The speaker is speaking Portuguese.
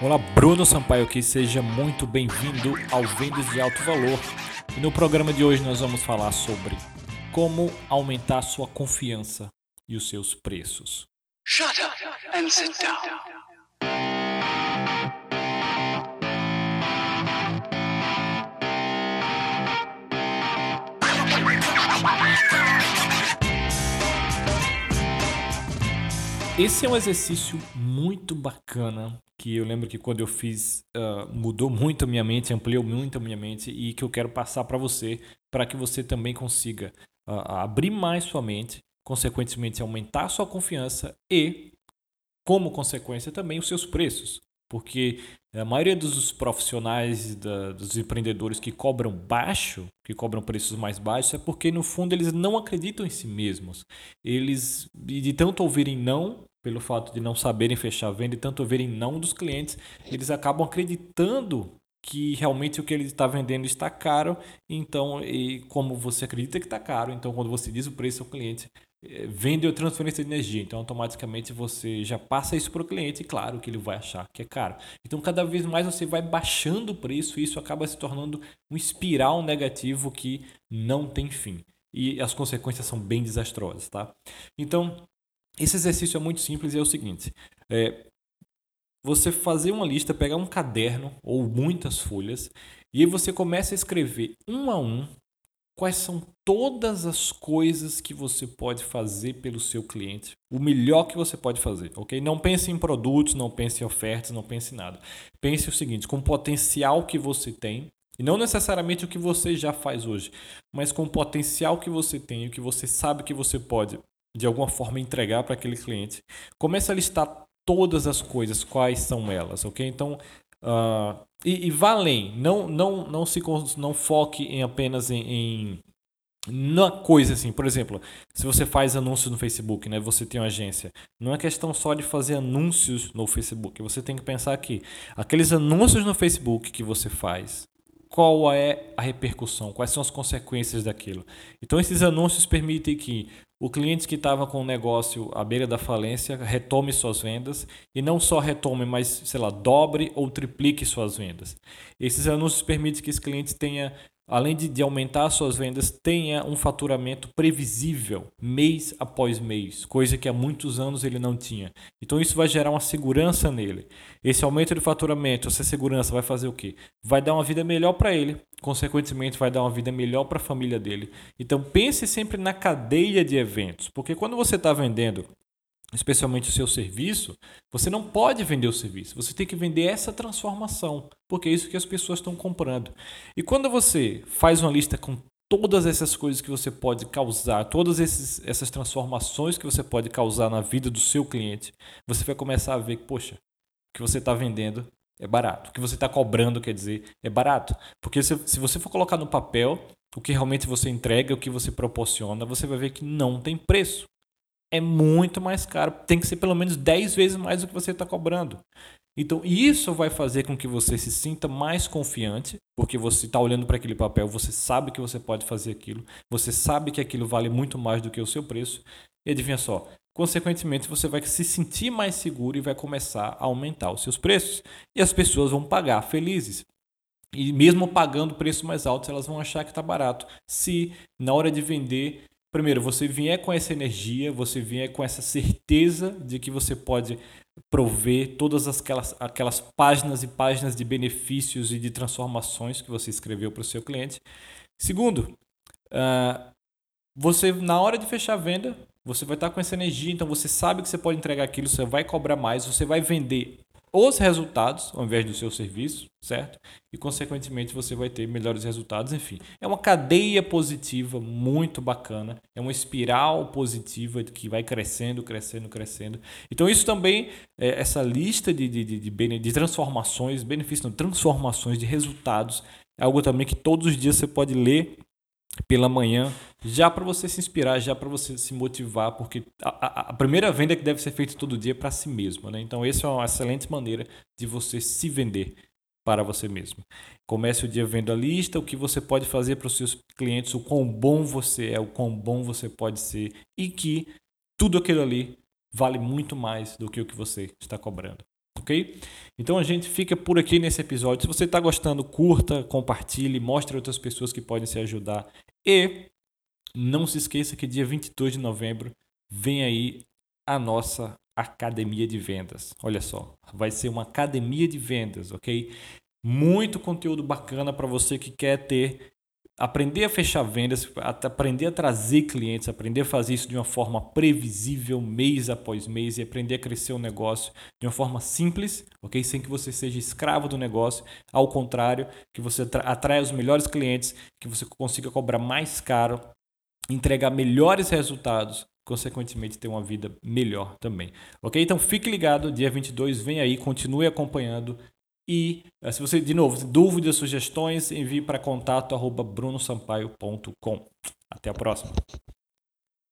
Olá, Bruno Sampaio aqui, seja muito bem-vindo ao Vendas de Alto Valor. E no programa de hoje nós vamos falar sobre como aumentar a sua confiança e os seus preços. Shut up and sit down. Esse é um exercício muito bacana que eu lembro que quando eu fiz mudou muito a minha mente, ampliou muito a minha mente e que eu quero passar para você que você também consiga abrir mais sua mente, consequentemente aumentar a sua confiança e, como consequência, também os seus preços. Porque a maioria dos profissionais, dos empreendedores que cobram baixo, que cobram preços mais baixos, é porque no fundo eles não acreditam em si mesmos. Eles, de tanto ouvirem não, pelo fato de não saberem fechar a venda, e tanto ouvirem não dos clientes, eles acabam acreditando que realmente o que ele está vendendo está caro. Então, e como você acredita que está caro, então quando você diz o preço ao cliente, vende ou transferência de energia. Então, automaticamente você já passa isso para o cliente e claro que ele vai achar que é caro. Então, cada vez mais você vai baixando o preço e isso acaba se tornando um espiral negativo que não tem fim. E as consequências são bem desastrosas, tá? Então, esse exercício é muito simples e é o seguinte. Você fazer uma lista, pegar um caderno ou muitas folhas e aí você começa a escrever um a um quais são todas as coisas que você pode fazer pelo seu cliente, o melhor que você pode fazer, ok? Não pense em produtos, não pense em ofertas, não pense em nada. Pense o seguinte, com o potencial que você tem, e não necessariamente o que você já faz hoje, mas com o potencial que você tem, o que você sabe que você pode, de alguma forma, entregar para aquele cliente. Comece a listar todas as coisas, quais são elas, ok? Então, e vá além, não foque em apenas em uma coisa assim, por exemplo, se você faz anúncios no Facebook, né, você tem uma agência, não é questão só de fazer anúncios no Facebook, você tem que pensar que aqueles anúncios no Facebook que você faz, qual é a repercussão, quais são as consequências daquilo. Então esses anúncios permitem que o cliente que estava com o negócio à beira da falência retome suas vendas e não só retome, mas, sei lá, dobre ou triplique suas vendas. Esses anúncios permitem que esse cliente tenha, além de aumentar suas vendas, tenha um faturamento previsível mês após mês, coisa que há muitos anos ele não tinha. Então isso vai gerar uma segurança nele. Esse aumento de faturamento, essa segurança vai fazer o quê? Vai dar uma vida melhor para ele, consequentemente vai dar uma vida melhor para a família dele. Então pense sempre na cadeia de eventos, porque quando você está vendendo especialmente o seu serviço, você não pode vender o serviço, você tem que vender essa transformação, porque é isso que as pessoas estão comprando. E quando você faz uma lista com todas essas coisas que você pode causar, todas essas transformações que você pode causar na vida do seu cliente, você vai começar a ver que, poxa, o que você está vendendo é barato, o que você está cobrando, quer dizer, é barato. Porque se você for colocar no papel o que realmente você entrega, o que você proporciona, você vai ver que não tem preço. É muito mais caro. Tem que ser pelo menos 10 vezes mais do que você está cobrando. Então, isso vai fazer com que você se sinta mais confiante, porque você está olhando para aquele papel, você sabe que você pode fazer aquilo, você sabe que aquilo vale muito mais do que o seu preço. E adivinha só, consequentemente, você vai se sentir mais seguro e vai começar a aumentar os seus preços. E as pessoas vão pagar felizes. E mesmo pagando preços mais altos, elas vão achar que está barato. Se na hora de vender, primeiro, você vier com essa energia, você vier com essa certeza de que você pode prover todas aquelas páginas e páginas de benefícios e de transformações que você escreveu para o seu cliente. Segundo, você na hora de fechar a venda, você vai estar com essa energia, então você sabe que você pode entregar aquilo, você vai cobrar mais, você vai vender os resultados ao invés do seu serviço, certo? E consequentemente você vai ter melhores resultados, enfim. É uma cadeia positiva muito bacana, é uma espiral positiva que vai crescendo, crescendo, crescendo. Então isso também, essa lista de transformações, benefícios, não, transformações de resultados, é algo também que todos os dias você pode ler pela manhã, já para você se inspirar, já para você se motivar, porque a primeira venda que deve ser feita todo dia é para si mesmo, né? Então, essa é uma excelente maneira de você se vender para você mesmo. Comece o dia vendo a lista, o que você pode fazer para os seus clientes, o quão bom você é, o quão bom você pode ser e que tudo aquilo ali vale muito mais do que o que você está cobrando. ok? Então a gente fica por aqui nesse episódio. Se você está gostando, curta, compartilhe, mostre a outras pessoas que podem se ajudar. E não se esqueça que dia 22 de novembro vem aí a nossa Academia de Vendas. Olha só, vai ser uma academia de vendas, ok? Muito conteúdo bacana para você que quer aprender a fechar vendas, aprender a trazer clientes, aprender a fazer isso de uma forma previsível, mês após mês, e aprender a crescer o negócio de uma forma simples, ok? Sem que você seja escravo do negócio, ao contrário, que você atraia os melhores clientes, que você consiga cobrar mais caro, entregar melhores resultados, consequentemente ter uma vida melhor também, ok? Então fique ligado, dia 22 vem aí, continue acompanhando. E se você, de novo, dúvidas, sugestões, envie para contato@brunosampaio.com. Até a próxima.